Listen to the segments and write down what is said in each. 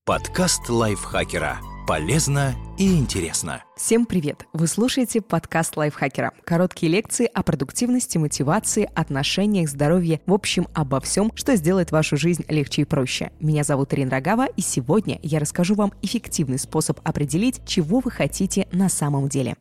Подкаст лайфхакера. Полезно и интересно. Всем привет! Вы слушаете подкаст лайфхакера. Короткие лекции о продуктивности, мотивации, отношениях, здоровье, в общем, обо всем, что сделает вашу жизнь легче и проще. Меня зовут Ирина Рогава, и сегодня я расскажу вам эффективный способ определить, чего вы хотите на самом деле.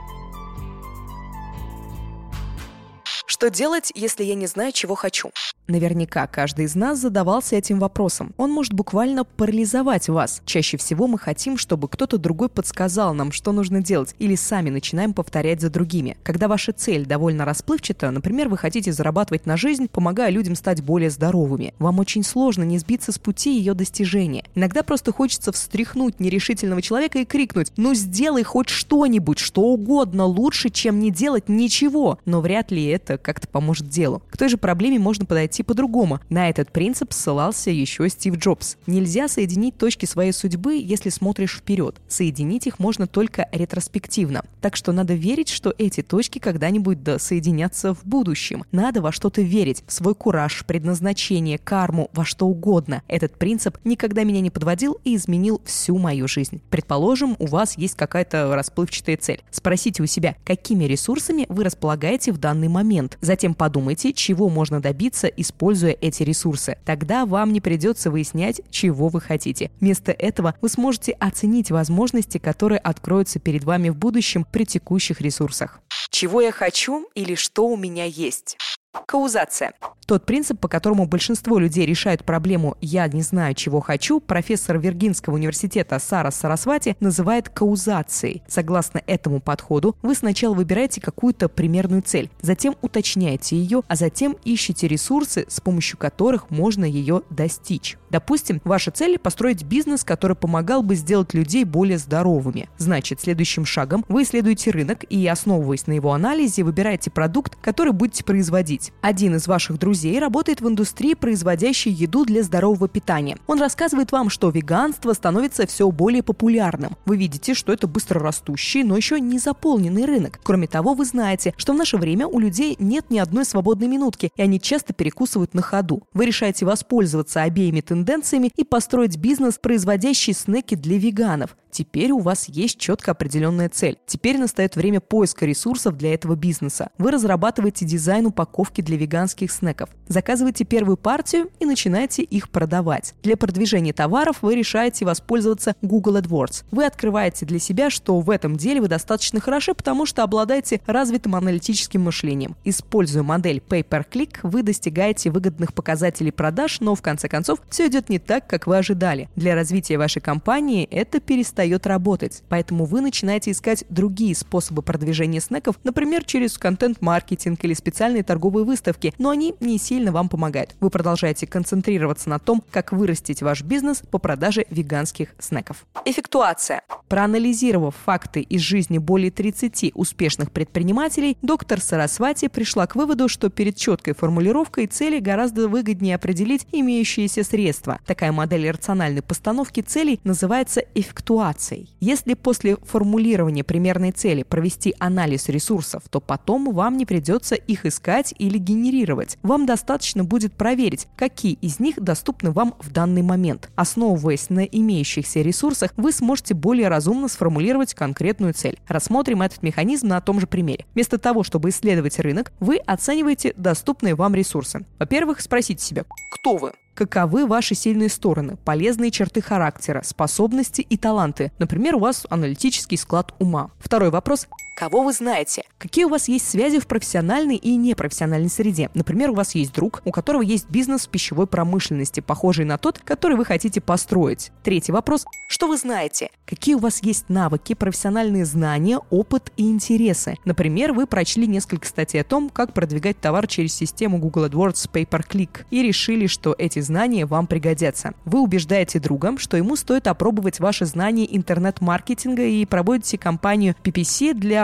Что делать, если я не знаю, чего хочу? Наверняка каждый из нас задавался этим вопросом. Он может буквально парализовать вас. Чаще всего мы хотим, чтобы кто-то другой подсказал нам, что нужно делать, или сами начинаем повторять за другими. Когда ваша цель довольно расплывчата, например, вы хотите зарабатывать на жизнь, помогая людям стать более здоровыми, вам очень сложно не сбиться с пути ее достижения. Иногда просто хочется встряхнуть нерешительного человека и крикнуть: «Ну сделай хоть что-нибудь, что угодно, лучше, чем не делать ничего». Но вряд ли это как-то поможет делу. К той же проблеме можно подойти по-другому. На этот принцип ссылался еще Стив Джобс. Нельзя соединить точки своей судьбы, если смотришь вперед. Соединить их можно только ретроспективно. Так что надо верить, что эти точки когда-нибудь соединятся в будущем. Надо во что-то верить, в свой кураж, предназначение, карму, во что угодно. Этот принцип никогда меня не подводил и изменил всю мою жизнь. Предположим, у вас есть какая-то расплывчатая цель. Спросите у себя, какими ресурсами вы располагаете в данный момент. Затем подумайте, чего можно добиться, используя эти ресурсы. Тогда вам не придется выяснять, чего вы хотите. Вместо этого вы сможете оценить возможности, которые откроются перед вами в будущем при текущих ресурсах. Чего я хочу или что у меня есть? Каузация. Тот принцип, по которому большинство людей решают проблему «я не знаю, чего хочу», профессор Виргинского университета Сара Сарасвати называет каузацией. Согласно этому подходу, вы сначала выбираете какую-то примерную цель, затем уточняете ее, а затем ищете ресурсы, с помощью которых можно ее достичь. Допустим, ваша цель – построить бизнес, который помогал бы сделать людей более здоровыми. Значит, следующим шагом вы исследуете рынок и, основываясь на его анализе, выбираете продукт, который будете производить. Один из ваших друзей работает в индустрии, производящей еду для здорового питания. Он рассказывает вам, что веганство становится все более популярным. Вы видите, что это быстрорастущий, но еще не заполненный рынок. Кроме того, вы знаете, что в наше время у людей нет ни одной свободной минутки, и они часто перекусывают на ходу. Вы решаете воспользоваться обеими тенденциями и построить бизнес, производящий снеки для веганов. Теперь у вас есть четко определенная цель. Теперь настает время поиска ресурсов для этого бизнеса. Вы разрабатываете дизайн упаковки для веганских снеков. Заказываете первую партию и начинаете их продавать. Для продвижения товаров вы решаете воспользоваться Google AdWords. Вы открываете для себя, что в этом деле вы достаточно хороши, потому что обладаете развитым аналитическим мышлением. Используя модель Pay-per-click, вы достигаете выгодных показателей продаж, но в конце концов все идет не так, как вы ожидали. Для развития вашей компании это перестает работать. Поэтому вы начинаете искать другие способы продвижения снеков, например, через контент-маркетинг или специальные торговые выставки, но они не сильно вам помогают. Вы продолжаете концентрироваться на том, как вырастить ваш бизнес по продаже веганских снеков. Эффектуация. Проанализировав факты из жизни более 30 успешных предпринимателей, доктор Сарасвати пришла к выводу, что перед четкой формулировкой цели гораздо выгоднее определить имеющиеся средства. Такая модель рациональной постановки целей называется эффектуацией. Если после формулирования примерной цели провести анализ ресурсов, то потом вам не придется их искать или генерировать. Вам достаточно будет проверить, какие из них доступны вам в данный момент. Основываясь на имеющихся ресурсах, вы сможете более разумно сформулировать конкретную цель. Рассмотрим этот механизм на том же примере. Вместо того, чтобы исследовать рынок, вы оцениваете доступные вам ресурсы. Во-первых, спросите себя: кто вы? Каковы ваши сильные стороны, полезные черты характера, способности и таланты? Например, у вас аналитический склад ума. Второй вопрос: кого вы знаете? Какие у вас есть связи в профессиональной и непрофессиональной среде? Например, у вас есть друг, у которого есть бизнес в пищевой промышленности, похожий на тот, который вы хотите построить. Третий вопрос: что вы знаете? Какие у вас есть навыки, профессиональные знания, опыт и интересы? Например, вы прочли несколько статей о том, как продвигать товар через систему Google AdWords Pay-per-click и решили, что эти знания вам пригодятся. Вы убеждаете друга, что ему стоит опробовать ваши знания интернет-маркетинга и проводите кампанию PPC для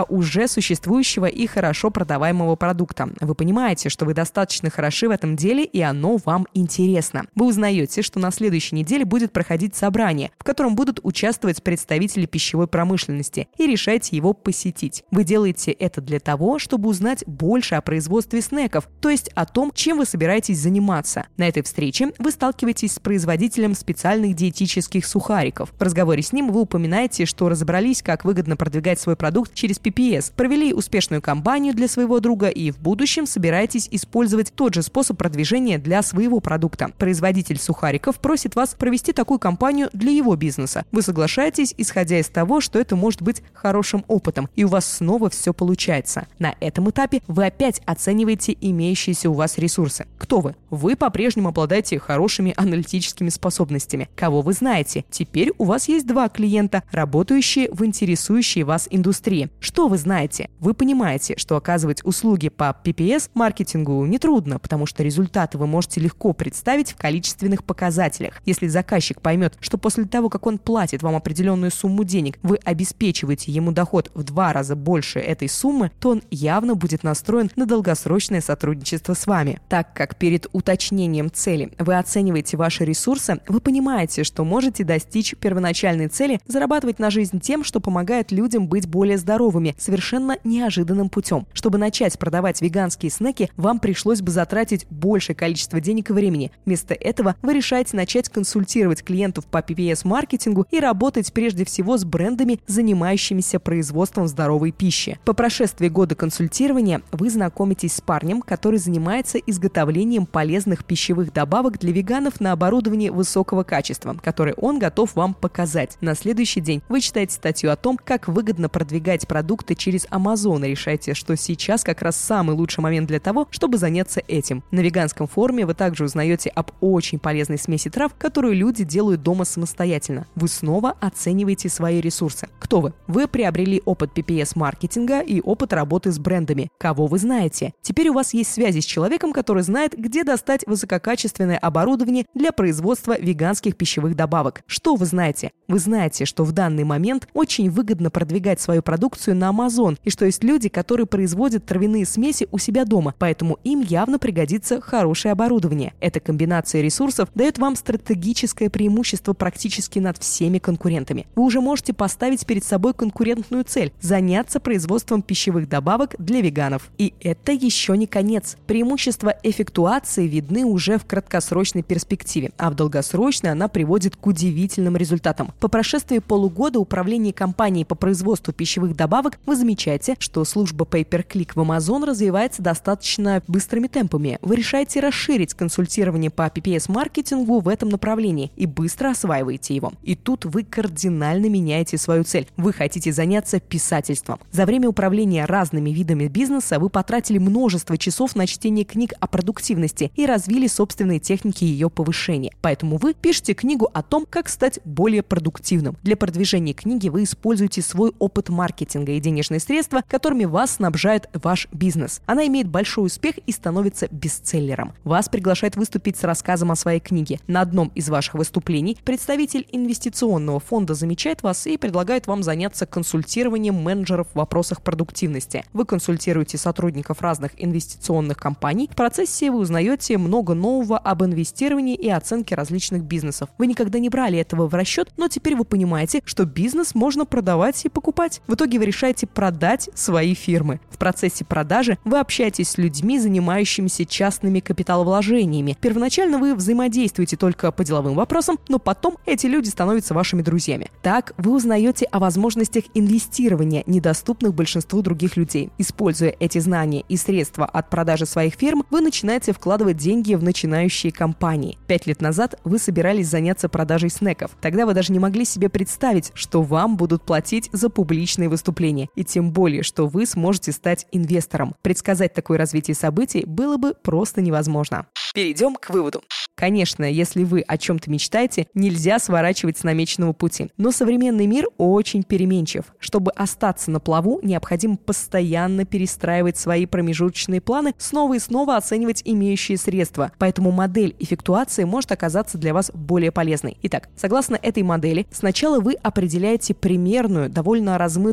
для уже существующего и хорошо продаваемого продукта. Вы понимаете, что вы достаточно хороши в этом деле, и оно вам интересно. Вы узнаете, что на следующей неделе будет проходить собрание, в котором будут участвовать представители пищевой промышленности, и решаете его посетить. Вы делаете это для того, чтобы узнать больше о производстве снеков, то есть о том, чем вы собираетесь заниматься. На этой встрече вы сталкиваетесь с производителем специальных диетических сухариков. В разговоре с ним вы упоминаете, что разобрались, как выгодно продвигать свой продукт через PPS, провели успешную кампанию для своего друга и в будущем собираетесь использовать тот же способ продвижения для своего продукта. Производитель сухариков просит вас провести такую кампанию для его бизнеса. Вы соглашаетесь, исходя из того, что это может быть хорошим опытом, и у вас снова все получается. На этом этапе вы опять оцениваете имеющиеся у вас ресурсы. Кто вы? Вы по-прежнему обладаете хорошими аналитическими способностями. Кого вы знаете? Теперь у вас есть 2 клиента, работающие в интересующей вас индустрии. Что вы знаете? Вы понимаете, что оказывать услуги по PPS-маркетингу нетрудно, потому что результаты вы можете легко представить в количественных показателях. Если заказчик поймет, что после того, как он платит вам определенную сумму денег, вы обеспечиваете ему доход в 2 раза больше этой суммы, то он явно будет настроен на долгосрочное сотрудничество с вами. Так как перед уточнением цели вы оцениваете ваши ресурсы, вы понимаете, что можете достичь первоначальной цели зарабатывать на жизнь тем, что помогает людям быть более здоровыми, совершенно неожиданным путем. Чтобы начать продавать веганские снеки, вам пришлось бы затратить большее количество денег и времени. Вместо этого вы решаете начать консультировать клиентов по PPS-маркетингу и работать прежде всего с брендами, занимающимися производством здоровой пищи. По прошествии года консультирования вы знакомитесь с парнем, который занимается изготовлением полезных пищевых добавок для веганов на оборудовании высокого качества, которое он готов вам показать. На следующий день вы читаете статью о том, как выгодно продвигать продукты через Amazon, и решаете, что сейчас как раз самый лучший момент для того, чтобы заняться этим. На веганском форуме вы также узнаете об очень полезной смеси трав, которую люди делают дома самостоятельно. Вы снова оцениваете свои ресурсы. Кто вы? Вы приобрели опыт PPS-маркетинга и опыт работы с брендами. Кого вы знаете? Теперь у вас есть связи с человеком, который знает, где достать высококачественное оборудование для производства веганских пищевых добавок. Что вы знаете? Вы знаете, что в данный момент очень выгодно продвигать свою продукцию на Amazon, и что есть люди, которые производят травяные смеси у себя дома, поэтому им явно пригодится хорошее оборудование. Эта комбинация ресурсов дает вам стратегическое преимущество практически над всеми конкурентами. Вы уже можете поставить перед собой конкурентную цель – заняться производством пищевых добавок для веганов. И это еще не конец. Преимущества эффектуации видны уже в краткосрочной перспективе, а в долгосрочной она приводит к удивительным результатам. По прошествии полугода управления компанией по производству пищевых добавок вы замечаете, что служба Pay-per-Click в Amazon развивается достаточно быстрыми темпами. Вы решаете расширить консультирование по PPS-маркетингу в этом направлении и быстро осваиваете его. И тут вы кардинально меняете свою цель. Вы хотите заняться писательством. За время управления разными видами бизнеса вы потратили множество часов на чтение книг о продуктивности и развили собственные техники ее повышения. Поэтому вы пишете книгу о том, как стать более продуктивным. Для продвижения книги вы используете свой опыт маркетинга и денежные средства, которыми вас снабжает ваш бизнес. Она имеет большой успех и становится бестселлером. Вас приглашают выступить с рассказом о своей книге. На одном из ваших выступлений представитель инвестиционного фонда замечает вас и предлагает вам заняться консультированием менеджеров в вопросах продуктивности. Вы консультируете сотрудников разных инвестиционных компаний. В процессе вы узнаете много нового об инвестировании и оценке различных бизнесов. Вы никогда не брали этого в расчет, но теперь вы понимаете, что бизнес можно продавать и покупать. В итоге вы решаете продать свои фирмы. В процессе продажи вы общаетесь с людьми, занимающимися частными капиталовложениями. Первоначально вы взаимодействуете только по деловым вопросам, но потом эти люди становятся вашими друзьями. Так вы узнаете о возможностях инвестирования, недоступных большинству других людей. Используя эти знания и средства от продажи своих фирм, вы начинаете вкладывать деньги в начинающие компании. 5 лет назад вы собирались заняться продажей снеков. Тогда вы даже не могли себе представить, что вам будут платить за публичные выступления. И тем более, что вы сможете стать инвестором. Предсказать такое развитие событий было бы просто невозможно. Перейдем к выводу. Конечно, если вы о чем-то мечтаете, нельзя сворачивать с намеченного пути. Но современный мир очень переменчив. Чтобы остаться на плаву, необходимо постоянно перестраивать свои промежуточные планы, снова и снова оценивать имеющие средства. Поэтому модель эффектуации может оказаться для вас более полезной. Итак, согласно этой модели, сначала вы определяете примерную, довольно размытую цель.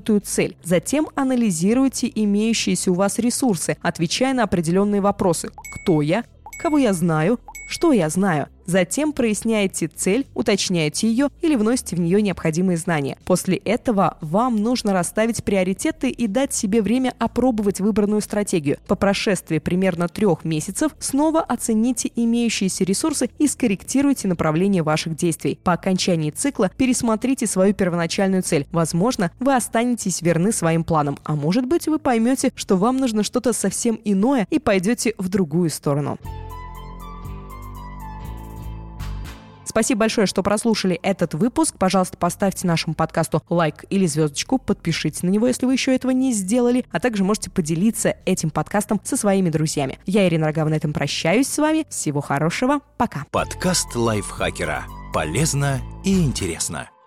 цель. Затем анализируйте имеющиеся у вас ресурсы, отвечая на определенные вопросы. Кто я? Кого я знаю? Что я знаю? Затем проясняете цель, уточняете ее или вносите в нее необходимые знания. После этого вам нужно расставить приоритеты и дать себе время опробовать выбранную стратегию. По прошествии примерно 3 месяцев снова оцените имеющиеся ресурсы и скорректируйте направление ваших действий. По окончании цикла пересмотрите свою первоначальную цель. Возможно, вы останетесь верны своим планам, а может быть, вы поймете, что вам нужно что-то совсем иное и пойдете в другую сторону. Спасибо большое, что прослушали этот выпуск. Пожалуйста, поставьте нашему подкасту лайк или звездочку, подпишитесь на него, если вы еще этого не сделали, а также можете поделиться этим подкастом со своими друзьями. Я, Ирина Рогава, на этом прощаюсь с вами. Всего хорошего. Пока. Подкаст лайфхакера. Полезно и интересно.